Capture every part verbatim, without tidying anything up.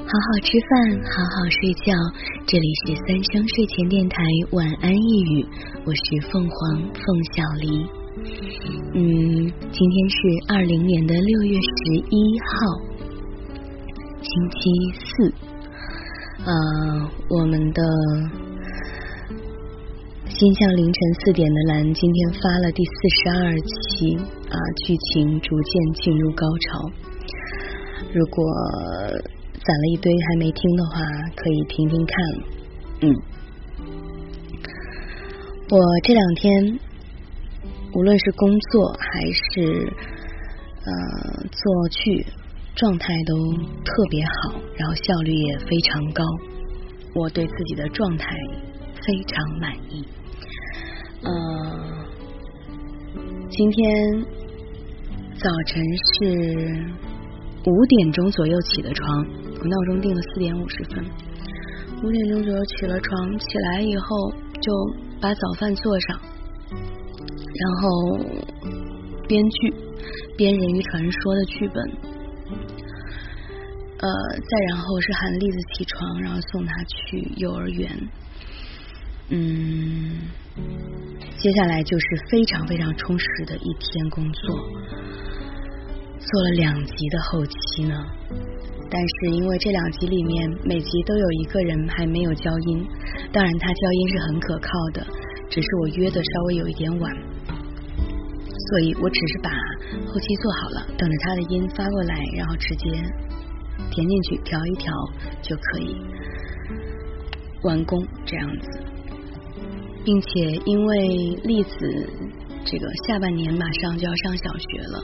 好好吃饭，好好睡觉。这里是三生睡前电台晚安一语，我是凤凰凤小黎。嗯，今天是二零年的六月十一号，星期四。呃，我们的心向凌晨四点的蓝今天发了第四十二期啊，剧情逐渐进入高潮。如果攒了一堆还没听的话，可以听听看。嗯，我这两天无论是工作还是呃做剧，状态都特别好，然后效率也非常高，我对自己的状态非常满意。呃，今天早晨是五点钟左右起的床，我闹钟定了四点五十分，五点钟左右起了床，起来以后就把早饭做上，然后编剧，编《人鱼传说》的剧本，呃，再然后是喊栗子起床，然后送她去幼儿园。嗯，接下来就是非常非常充实的一天工作，做了两集的后期呢。但是因为这两集里面每集都有一个人还没有交音，当然他交音是很可靠的，只是我约的稍微有一点晚，所以我只是把后期做好了，等着他的音发过来，然后直接填进去调一调就可以完工这样子。并且因为栗子这个下半年马上就要上小学了，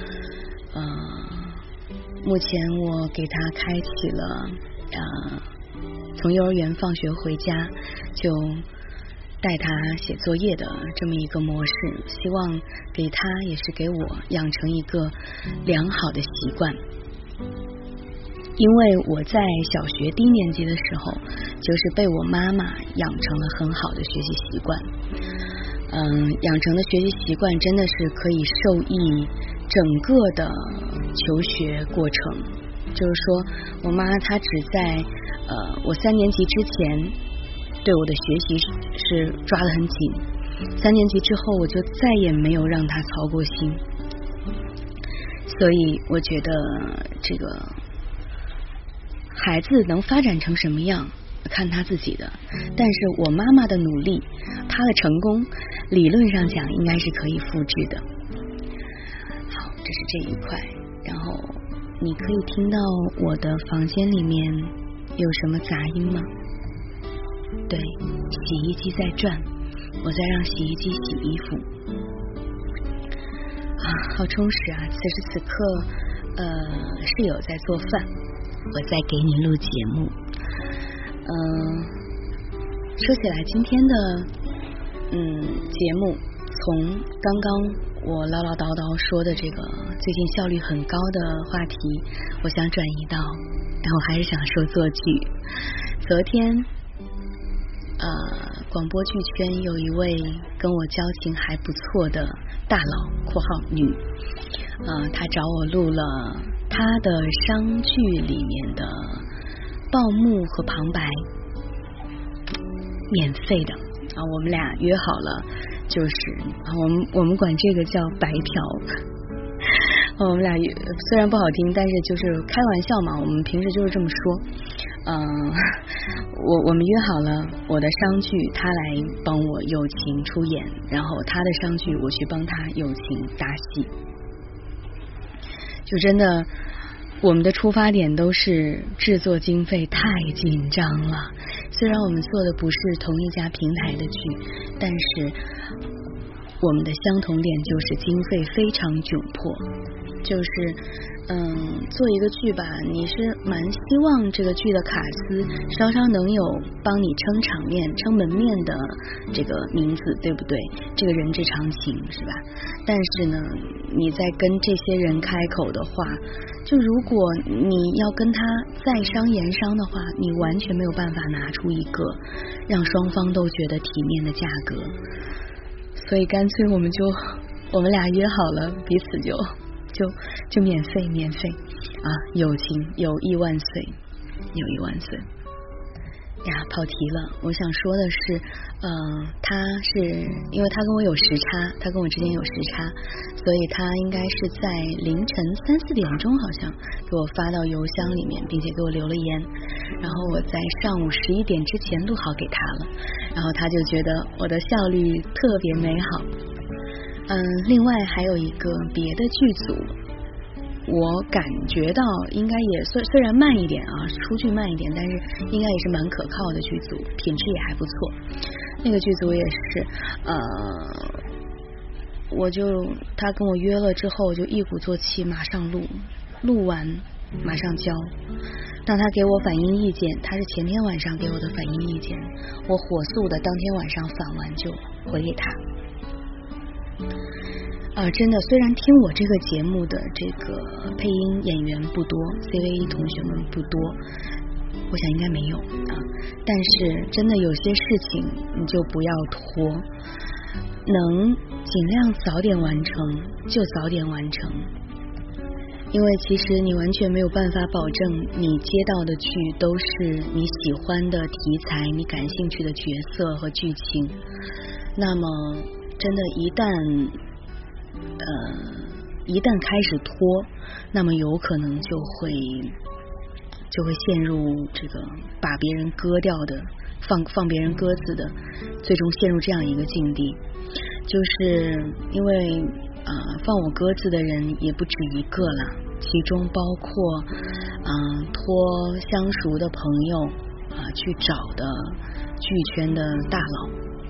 呃，目前我给他开启了呃从幼儿园放学回家就带他写作业的这么一个模式，希望给他也是给我养成一个良好的习惯。因为我在小学低年级的时候就是被我妈妈养成了很好的学习习惯，嗯，养成的学习习惯真的是可以受益整个的求学过程。就是说我妈她只在呃我三年级之前对我的学习是抓得很紧，三年级之后我就再也没有让她操过心，所以我觉得这个孩子能发展成什么样看他自己的，但是我妈妈的努力，她的成功理论上讲应该是可以复制的。好，这是这一块。然后你可以听到我的房间里面有什么杂音吗？对，洗衣机在转，我在让洗衣机洗衣服啊，好充实啊。此时此刻呃，室友在做饭，我在给你录节目。嗯、呃，说起来今天的嗯节目，从刚刚我唠唠叨叨说的这个最近效率很高的话题，我想转移到，但我还是想说做剧。昨天呃，广播剧圈有一位跟我交情还不错的大佬（括号女），呃，她找我录了她的商剧里面的报幕和旁白，免费的啊，我们俩约好了，就是啊，我们我们管这个叫白嫖。我们俩虽然不好听，但是就是开玩笑嘛，我们平时就是这么说。嗯、呃，我我们约好了，我的商剧他来帮我友情出演，然后他的商剧我去帮他友情搭戏。就真的我们的出发点都是制作经费太紧张了，虽然我们做的不是同一家平台的剧，但是我们的相同点就是经费非常窘迫。就是嗯，做一个剧吧，你是蛮希望这个剧的卡司稍稍能有帮你撑场面撑门面的这个名字，对不对？这个人之常情是吧？但是呢，你在跟这些人开口的话，就如果你要跟他在商言商的话，你完全没有办法拿出一个让双方都觉得体面的价格，所以干脆我们就我们俩约好了，彼此就就就免费免费啊，友情友谊万岁。 友谊万岁。呀，跑题了。我想说的是，呃，他是因为他跟我有时差，他跟我之间有时差，所以他应该是在凌晨三四点钟好像给我发到邮箱里面，并且给我留了言，然后我在上午十一点之前录好给他了，然后他就觉得我的效率特别美好。嗯，另外还有一个别的剧组，我感觉到应该也虽虽然慢一点啊，出剧慢一点，但是应该也是蛮可靠的剧组，品质也还不错。那个剧组也是，呃，我就他跟我约了之后，我就一鼓作气马上录，录完马上交。当他给我反映意见，他是前天晚上给我的反映意见，我火速的当天晚上反完就回给他。呃，真的，虽然听我这个节目的这个配音演员不多 ，C V E 同学们不多，我想应该没有啊。但是真的有些事情你就不要拖，能尽量早点完成就早点完成，因为其实你完全没有办法保证你接到的剧都是你喜欢的题材、你感兴趣的角色和剧情。那么，真的，一旦呃，一旦开始拖，那么有可能就会就会陷入这个把别人割掉的放放别人鸽子的，最终陷入这样一个境地。就是因为呃放我鸽子的人也不止一个了，其中包括嗯、呃、托相熟的朋友啊、呃、去找的剧圈的大佬。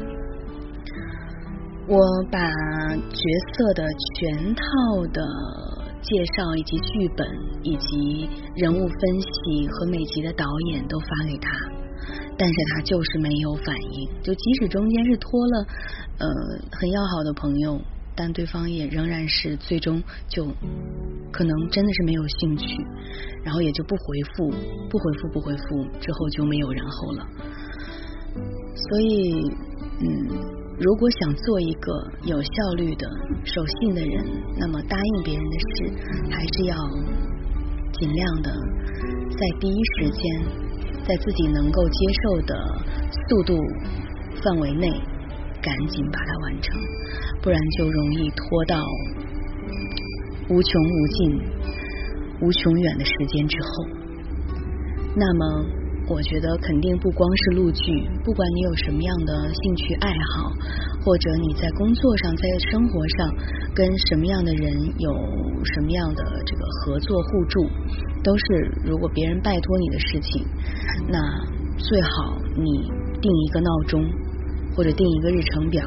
我把角色的全套的介绍以及剧本以及人物分析和每集的导演都发给他，但是他就是没有反应，就即使中间是拖了呃很要好的朋友，但对方也仍然是最终就可能真的是没有兴趣，然后也就不回复不回复不回复之后就没有然后了。所以嗯如果想做一个有效率的守信的人，那么答应别人的事还是要尽量的在第一时间在自己能够接受的速度范围内赶紧把它完成，不然就容易拖到无穷无尽无穷远的时间之后。那么我觉得肯定不光是录剧，不管你有什么样的兴趣爱好，或者你在工作上在生活上跟什么样的人有什么样的这个合作互助，都是如果别人拜托你的事情，那最好你定一个闹钟或者定一个日程表。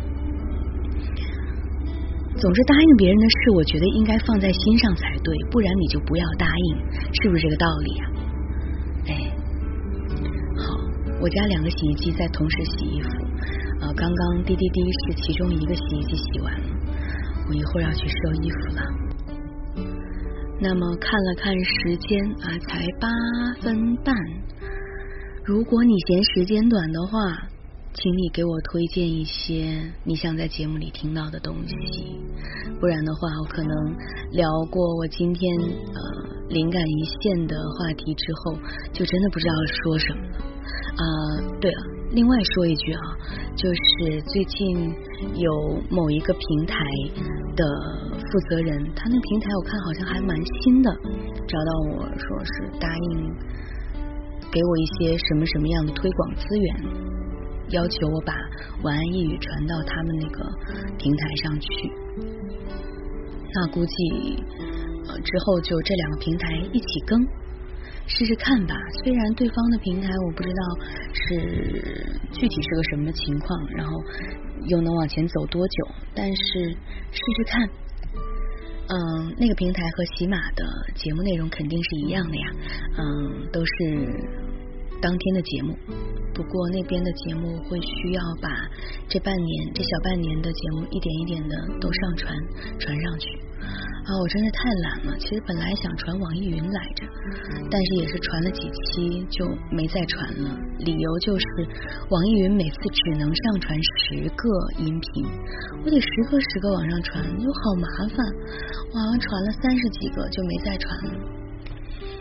总之答应别人的事我觉得应该放在心上才对，不然你就不要答应，是不是这个道理啊？哎，我家两个洗衣机在同时洗衣服，呃，刚刚滴滴滴是其中一个洗衣机洗完了，我一会儿要去收衣服了。那么看了看时间啊，才八分半。如果你嫌时间短的话，请你给我推荐一些你想在节目里听到的东西，不然的话我可能聊过我今天呃灵感一现的话题之后，就真的不知道说什么了。啊、呃，对了，另外说一句啊，就是最近有某一个平台的负责人，他那平台我看好像还蛮新的，找到我说是答应给我一些什么什么样的推广资源，要求我把晚安一语传到他们那个平台上去。那估计呃之后就这两个平台一起更试试看吧，虽然对方的平台我不知道是具体是个什么情况，然后又能往前走多久，但是试试看。嗯，那个平台和喜马的节目内容肯定是一样的呀，嗯，都是当天的节目，不过那边的节目会需要把这半年这小半年的节目一点一点的都上传传上去啊！我真是太懒了，其实本来想传网易云来着，但是也是传了几期就没再传了，理由就是网易云每次只能上传十个音频，我得时刻时刻往上传，就好麻烦，我好像传了三十几个就没再传了。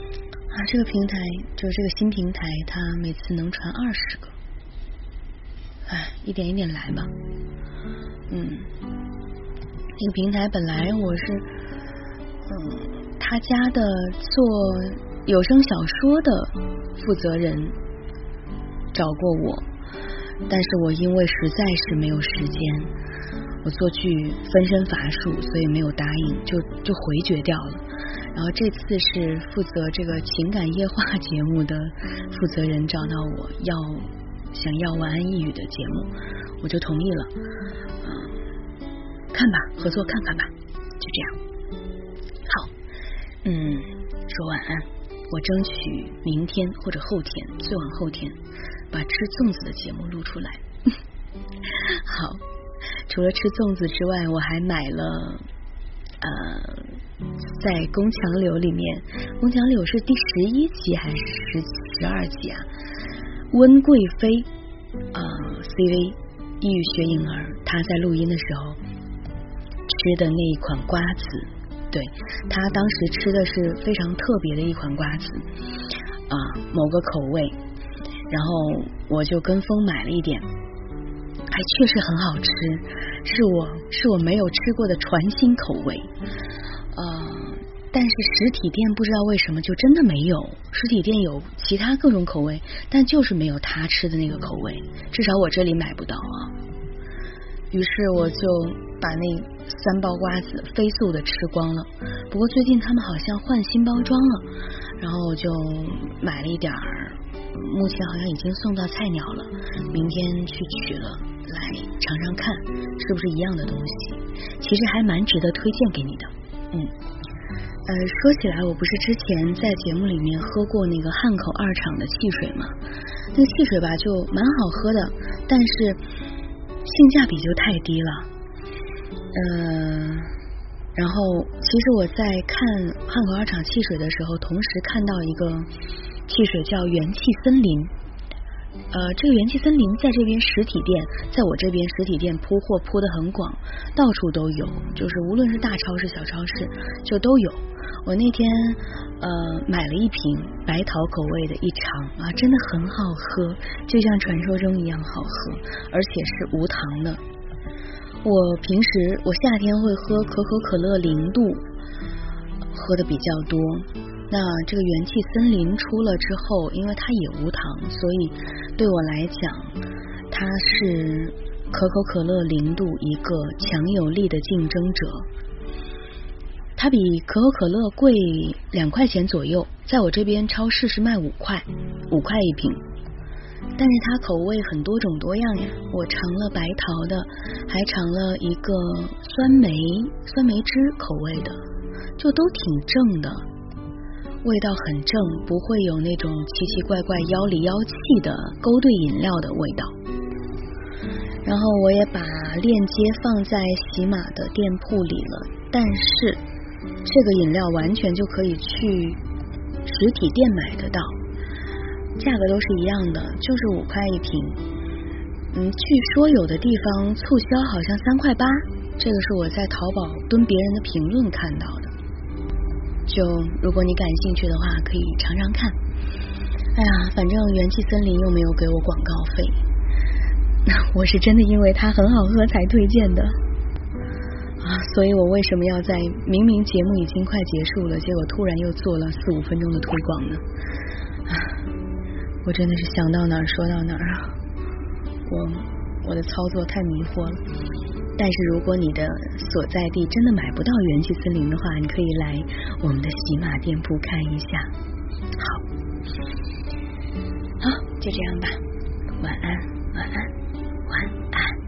啊，这个平台就是这个新平台，它每次能传二十个，哎，一点一点来吧。嗯，这个平台本来我是，嗯，他家的做有声小说的负责人找过我，但是我因为实在是没有时间，我做剧分身乏术，所以没有答应，就就回绝掉了。然后这次是负责这个情感夜话节目的负责人找到我要想要晚安一语的节目，我就同意了。嗯，看吧，合作看看吧，就这样。好，嗯，说晚安，我争取明天或者后天，最晚后天把吃粽子的节目录出来。好，除了吃粽子之外，我还买了呃，在宫墙柳里面，宫墙柳是第十一集还是十十二集啊？温贵妃呃 C V 一语学婴儿，他在录音的时候吃的那一款瓜子，对，他当时吃的是非常特别的一款瓜子啊、呃，某个口味，然后我就跟风买了一点，还确实很好吃，是我是我没有吃过的传新口味，呃，但是实体店不知道为什么就真的没有，实体店有其他各种口味，但就是没有他吃的那个口味，至少我这里买不到啊。于是我就把那三包瓜子飞速的吃光了，不过最近他们好像换新包装了，然后我就买了一点儿，目前好像已经送到菜鸟了，明天去取了来尝尝看是不是一样的东西，其实还蛮值得推荐给你的。嗯，呃，说起来我不是之前在节目里面喝过那个汉口二厂的汽水吗？那个汽水吧就蛮好喝的，但是性价比就太低了。呃，然后其实我在看汉口二厂汽水的时候，同时看到一个汽水叫元气森林。呃，这个元气森林在这边实体店，在我这边实体店铺货铺得很广，到处都有，就是无论是大超市小超市就都有。我那天呃买了一瓶白桃口味的，一尝啊，真的很好喝，就像传说中一样好喝，而且是无糖的。我平时我夏天会喝可口可乐零度，喝的比较多。那这个元气森林出了之后，因为它也无糖，所以对我来讲，它是可口可乐零度一个强有力的竞争者。它比可口可乐贵两块钱左右，在我这边超市是卖五块，五块一瓶。但是它口味很多种多样呀，我尝了白桃的，还尝了一个酸梅酸梅汁口味的，就都挺正的。味道很正，不会有那种奇奇怪怪妖里妖气的勾兑饮料的味道。然后我也把链接放在喜马的店铺里了，但是这个饮料完全就可以去实体店买得到，价格都是一样的，就是五块一瓶。嗯，据说有的地方促销好像三块八，这个是我在淘宝蹲别人的评论看到的。就如果你感兴趣的话，可以尝尝看。哎呀，反正元气森林又没有给我广告费，我是真的因为它很好喝才推荐的啊，所以我为什么要在明明节目已经快结束了，结果突然又做了四五分钟的推广呢？啊，我真的是想到哪儿说到哪儿啊！我我的操作太迷惑了。但是如果你的所在地真的买不到元气森林的话，你可以来我们的喜马店铺看一下。好，好，就这样吧，晚安，晚安，晚安。